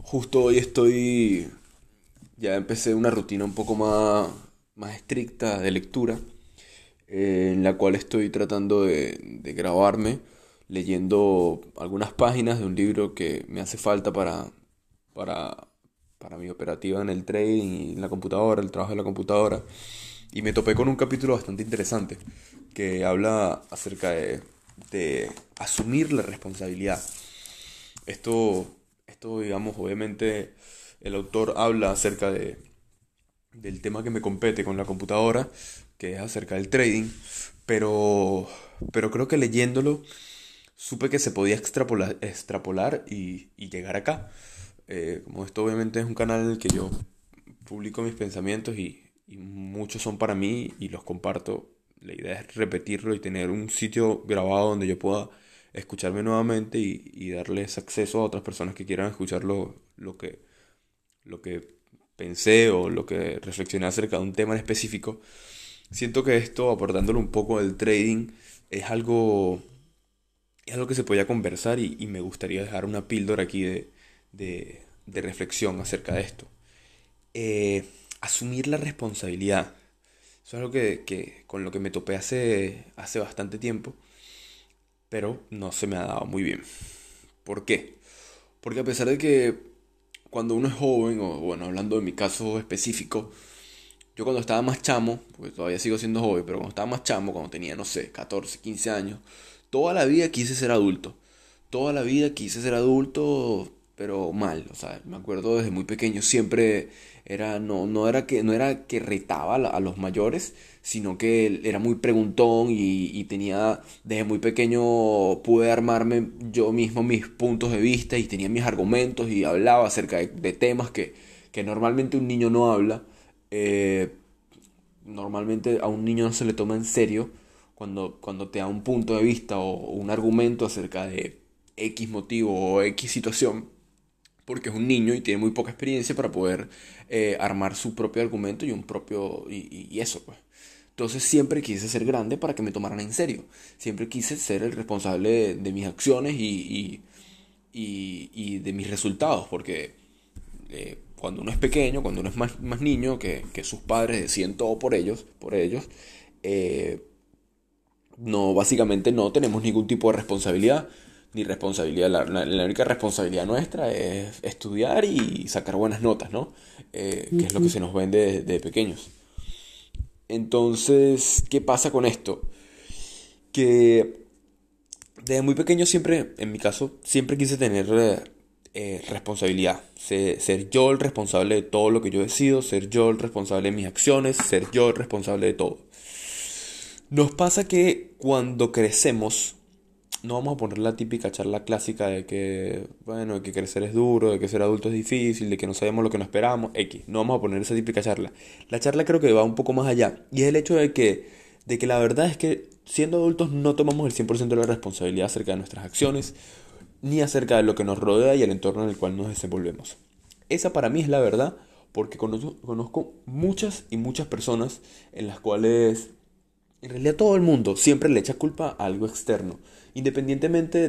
Justo hoy ya empecé una rutina un poco más estricta de lectura, en la cual estoy tratando de grabarme leyendo algunas páginas de un libro que me hace falta para, para mi operativa en el trading y en la computadora, el trabajo de la computadora. Y me topé con un capítulo bastante interesante que habla acerca de asumir la responsabilidad. Esto, digamos, obviamente el autor habla acerca del tema que me compete con la computadora, que es acerca del trading, pero, pero creo que leyéndolo supe que se podía extrapolar y llegar acá. Como esto obviamente es un canal en el que yo publico mis pensamientos y muchos son para mí y los comparto. La idea es repetirlo y tener un sitio grabado donde yo pueda escucharme nuevamente y darles acceso a otras personas que quieran escuchar lo que pensé o lo que reflexioné acerca de un tema en específico. Siento que esto, aportándole un poco del trading, es algo, es algo que se podía conversar y me gustaría dejar una píldora aquí de reflexión acerca de esto. Eh, Asumir la responsabilidad. Eso es algo con lo que me topé hace bastante tiempo, pero no se me ha dado muy bien. ¿Por qué? Porque a pesar de que cuando uno es joven, o bueno, hablando de mi caso específico, yo cuando estaba más chamo, porque todavía sigo siendo joven, pero cuando estaba más chamo, cuando tenía, no sé, 14 15 años, toda la vida quise ser adulto. Toda la vida quise ser adulto, pero mal. O sea, me acuerdo desde muy pequeño siempre no era que retaba a los mayores, sino que era muy preguntón y tenía, desde muy pequeño pude armarme yo mismo mis puntos de vista y tenía mis argumentos y hablaba acerca de temas que normalmente un niño no habla. Eh, Normalmente a un niño no se le toma en serio cuando te da un punto de vista o un argumento acerca de X motivo o X situación, porque es un niño y tiene muy poca experiencia para poder armar su propio argumento y un propio y eso pues. Entonces siempre quise ser grande para que me tomaran en serio. Siempre quise ser el responsable de mis acciones y de mis resultados, porque cuando uno es pequeño, cuando uno es más niño, que sus padres deciden todo por ellos, eh, no, básicamente no tenemos ningún tipo de responsabilidad, ni responsabilidad, la única responsabilidad nuestra es estudiar y sacar buenas notas, ¿no? Que es lo que Ujú. se nos vende de pequeños. Entonces, ¿qué pasa con esto? Que desde muy pequeño siempre, en mi caso, siempre quise tener responsabilidad. Ser yo el responsable de todo lo que yo decido, ser yo el responsable de mis acciones, ser yo el responsable de todo. Nos pasa que cuando crecemos, no vamos a poner la típica charla clásica de que, bueno, de que crecer es duro, de que ser adulto es difícil, de que no sabemos lo que nos esperamos, X. No vamos a poner esa típica charla. La charla creo que va un poco más allá. Y es el hecho de que la verdad es que siendo adultos no tomamos el 100% de la responsabilidad acerca de nuestras acciones, ni acerca de lo que nos rodea y el entorno en el cual nos desenvolvemos. Esa para mí es la verdad, porque conozco muchas y muchas personas en las cuales en realidad todo el mundo siempre le echa culpa a algo externo, independientemente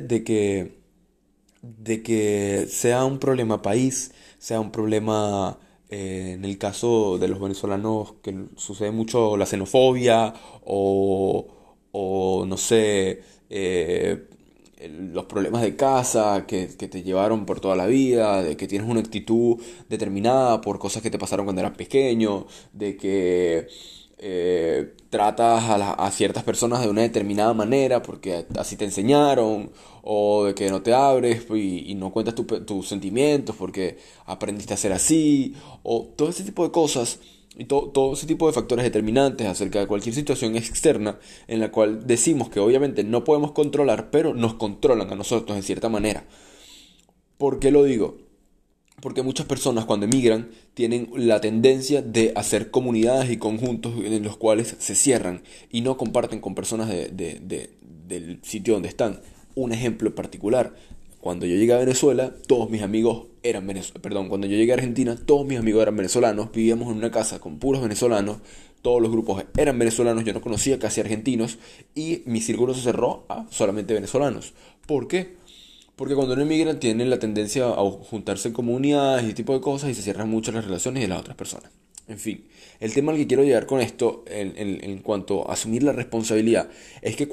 de que sea un problema país, sea un problema en el caso de los venezolanos que sucede mucho la xenofobia o no sé, los problemas de casa que te llevaron por toda la vida, de que tienes una actitud determinada por cosas que te pasaron cuando eras pequeño, de que tratas a ciertas personas de una determinada manera porque así te enseñaron, o de que no te abres y no cuentas tus sentimientos porque aprendiste a ser así, o todo ese tipo de cosas y todo ese tipo de factores determinantes acerca de cualquier situación externa en la cual decimos que obviamente no podemos controlar, pero nos controlan a nosotros de cierta manera. ¿Por qué lo digo? Porque muchas personas cuando emigran tienen la tendencia de hacer comunidades y conjuntos en los cuales se cierran y no comparten con personas del sitio donde están. Un ejemplo en particular, cuando yo llegué a Venezuela, todos mis amigos eran venezolanos. Perdón, cuando yo llegué a Argentina, todos mis amigos eran venezolanos. Vivíamos en una casa con puros venezolanos. Todos los grupos eran venezolanos. Yo no conocía casi argentinos. Y mi círculo se cerró a solamente venezolanos. ¿Por qué? Porque cuando uno emigra tiene la tendencia a juntarse en comunidades y tipo de cosas y se cierran mucho las relaciones de las otras personas. En fin, el tema al que quiero llegar con esto, en cuanto a asumir la responsabilidad, es que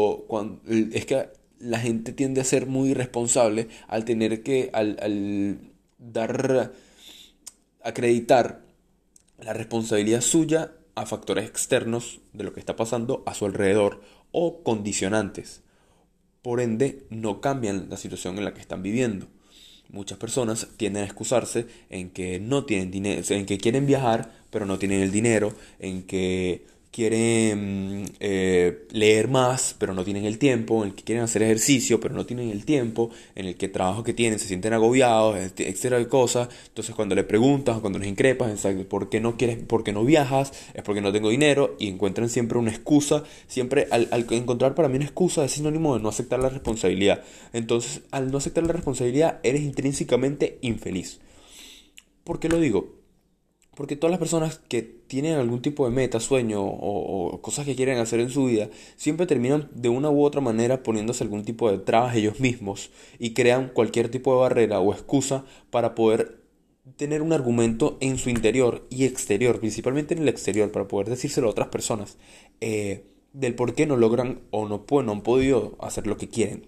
es que la gente tiende a ser muy irresponsable al tener que, al dar, acreditar la responsabilidad suya a factores externos de lo que está pasando a su alrededor o condicionantes. Por ende, no cambian la situación en la que están viviendo. Muchas personas tienden a excusarse en que no tienen dinero, en que quieren viajar, pero no tienen el dinero, en que quieren leer más, pero no tienen el tiempo, en el que quieren hacer ejercicio, pero no tienen el tiempo, en el que trabajo que tienen se sienten agobiados, etcétera de cosas. Entonces cuando le preguntas o cuando les increpas, ¿por qué no quieres, por qué no viajas? Es porque no tengo dinero y encuentran siempre una excusa. Siempre al encontrar para mí una excusa es sinónimo de no aceptar la responsabilidad. Entonces al no aceptar la responsabilidad eres intrínsecamente infeliz. ¿Por qué lo digo? Porque todas las personas que tienen algún tipo de meta, sueño o cosas que quieren hacer en su vida, siempre terminan de una u otra manera poniéndose algún tipo de trabas ellos mismos y crean cualquier tipo de barrera o excusa para poder tener un argumento en su interior y exterior, principalmente en el exterior, para poder decírselo a otras personas, del por qué no logran o no han podido hacer lo que quieren.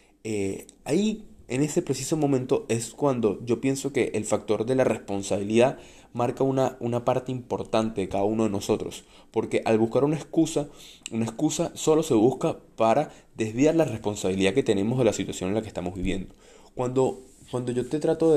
Ahí, en ese preciso momento, es cuando yo pienso que el factor de la responsabilidad marca una parte importante de cada uno de nosotros. Porque al buscar una excusa solo se busca para desviar la responsabilidad que tenemos de la situación en la que estamos viviendo. Cuando yo te trato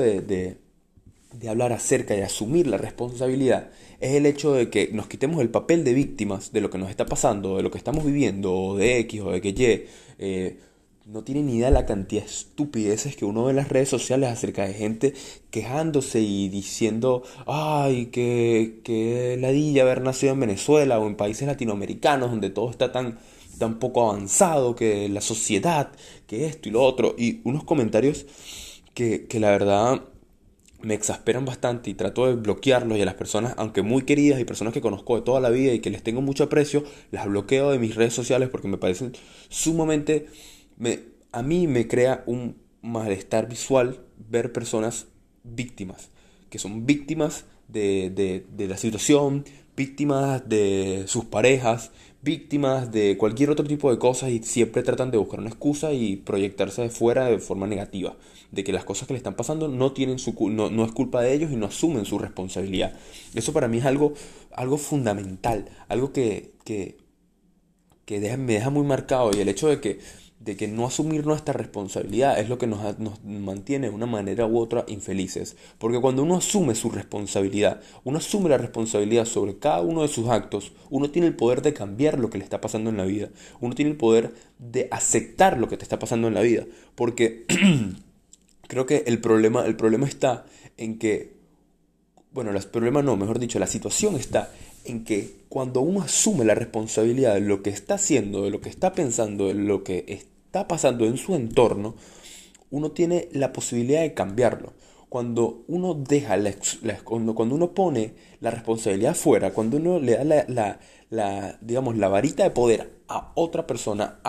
de hablar acerca de asumir la responsabilidad, es el hecho de que nos quitemos el papel de víctimas de lo que nos está pasando, de lo que estamos viviendo, o de X o de que Y. No tienen ni idea de la cantidad de estupideces que uno ve en las redes sociales acerca de gente quejándose y diciendo, ay, que ladilla haber nacido en Venezuela o en países latinoamericanos donde todo está tan poco avanzado, que la sociedad, que esto y lo otro. Y unos comentarios que la verdad me exasperan bastante y trato de bloquearlos, y a las personas, aunque muy queridas y personas que conozco de toda la vida y que les tengo mucho aprecio, las bloqueo de mis redes sociales porque me parecen sumamente... a mí me crea un malestar visual ver personas víctimas, que son víctimas de la situación, víctimas de sus parejas, víctimas de cualquier otro tipo de cosas y siempre tratan de buscar una excusa y proyectarse de fuera de forma negativa, de que las cosas que le están pasando no tienen no es culpa de ellos y no asumen su responsabilidad. Eso para mí es algo fundamental, algo que me deja muy marcado, y el hecho de que no asumir nuestra responsabilidad es lo que nos mantiene de una manera u otra infelices. Porque cuando uno asume su responsabilidad, uno asume la responsabilidad sobre cada uno de sus actos, uno tiene el poder de cambiar lo que le está pasando en la vida. Uno tiene el poder de aceptar lo que te está pasando en la vida. Porque creo que el problema está en que, bueno, el problema no, mejor dicho, la situación está en que cuando uno asume la responsabilidad de lo que está haciendo, de lo que está pensando, de lo que está pasando en su entorno, uno tiene la posibilidad de cambiarlo. Cuando uno deja cuando uno pone la responsabilidad fuera, cuando uno le da digamos, la varita de poder a otra persona,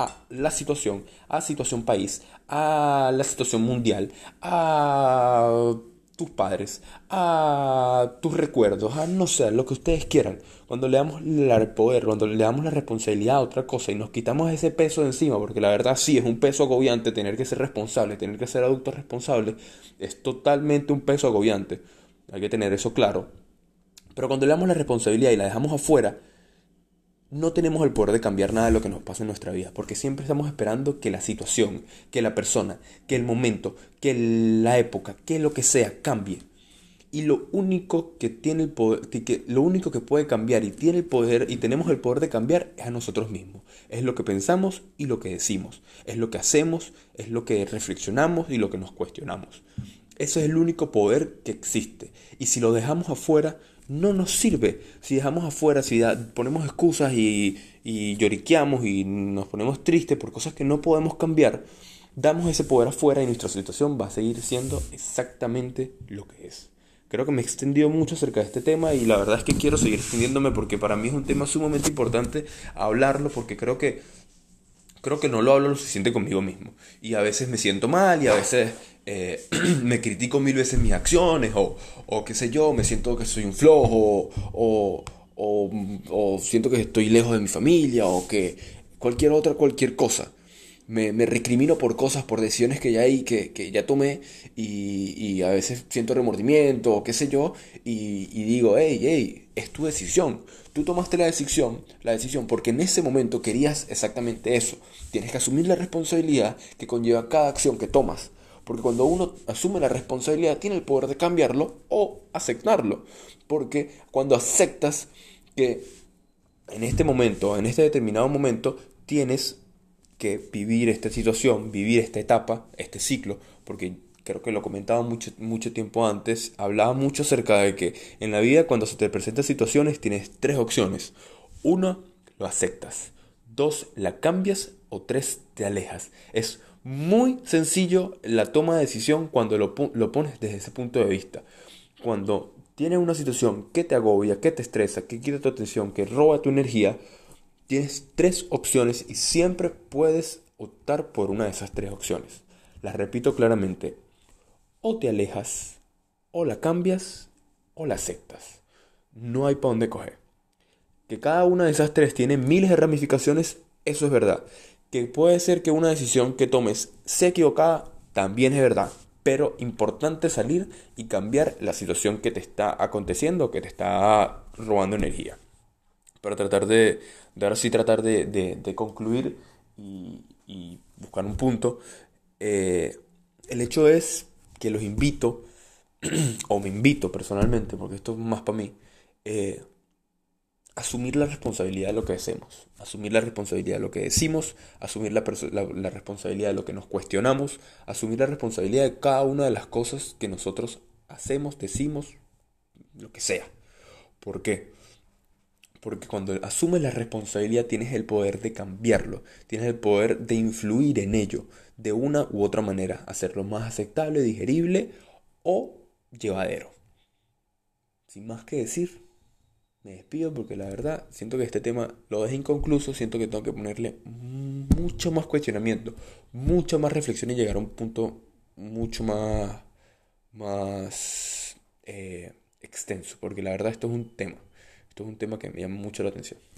a la situación país, a la situación mundial, a tus padres, a tus recuerdos, a no sé, lo que ustedes quieran. Cuando le damos el poder, cuando le damos la responsabilidad a otra cosa y nos quitamos ese peso de encima, porque la verdad sí es un peso agobiante tener que ser responsable, tener que ser adulto responsable, es totalmente un peso agobiante. Hay que tener eso claro. Pero cuando le damos la responsabilidad y la dejamos afuera, no tenemos el poder de cambiar nada de lo que nos pasa en nuestra vida, porque siempre estamos esperando que la situación, que la persona, que el momento, que la época, que lo que sea cambie. Y lo único que tiene el poder, lo único que puede cambiar y tiene el poder y tenemos el poder de cambiar es a nosotros mismos. Es lo que pensamos y lo que decimos. Es lo que hacemos, es lo que reflexionamos y lo que nos cuestionamos. Ese es el único poder que existe. Y si lo dejamos afuera, no nos sirve. Si dejamos afuera, si ponemos excusas y lloriqueamos y nos ponemos tristes por cosas que no podemos cambiar, damos ese poder afuera y nuestra situación va a seguir siendo exactamente lo que es. Creo que me he extendido mucho acerca de este tema y la verdad es que quiero seguir extendiéndome porque para mí es un tema sumamente importante hablarlo, porque creo creo que no lo hablo lo suficiente conmigo mismo. Y a veces me siento mal y a veces me critico mil veces mis acciones o qué sé yo, me siento que soy un flojo o siento que estoy lejos de mi familia o que cualquier cosa. Me recrimino por cosas, por decisiones que ya que ya tomé y a veces siento remordimiento o qué sé yo y digo, hey, es tu decisión. Tú tomaste la decisión porque en ese momento querías exactamente eso. Tienes que asumir la responsabilidad que conlleva cada acción que tomas. Porque cuando uno asume la responsabilidad tiene el poder de cambiarlo o aceptarlo. Porque cuando aceptas que en este momento, en este determinado momento, tienes que vivir esta situación, vivir esta etapa, este ciclo, porque creo que lo comentaba mucho tiempo antes, hablaba mucho acerca de que en la vida cuando se te presentan situaciones tienes tres opciones. Uno, lo aceptas. Dos, la cambias o tres, te alejas. Es muy sencillo la toma de decisión cuando lo pones desde ese punto de vista. Cuando tienes una situación que te agobia, que te estresa, que quita tu atención, que roba tu energía, tienes tres opciones y siempre puedes optar por una de esas tres opciones. Las repito claramente. O te alejas, o la cambias, o la aceptas. No hay para dónde coger. Que cada una de esas tres tiene miles de ramificaciones, eso es verdad. Que puede ser que una decisión que tomes sea equivocada, también es verdad. Pero importante salir y cambiar la situación que te está aconteciendo, que te está robando energía. Para tratar de ahora sí tratar de concluir y buscar un punto. eh, el hecho es que los invito, o me invito personalmente, porque esto es más para mí, eh, asumir la responsabilidad de lo que hacemos, asumir la responsabilidad de lo que decimos, asumir la responsabilidad de lo que nos cuestionamos, asumir la responsabilidad de cada una de las cosas que nosotros hacemos, decimos, lo que sea. ¿Por qué? Porque cuando asumes la responsabilidad tienes el poder de cambiarlo, tienes el poder de influir en ello de una u otra manera, hacerlo más aceptable, digerible o llevadero. Sin más que decir, me despido porque la verdad siento que este tema lo dejé inconcluso, siento que tengo que ponerle mucho más cuestionamiento, mucha más reflexión y llegar a un punto mucho más extenso, porque la verdad esto es un tema que me llama mucho la atención.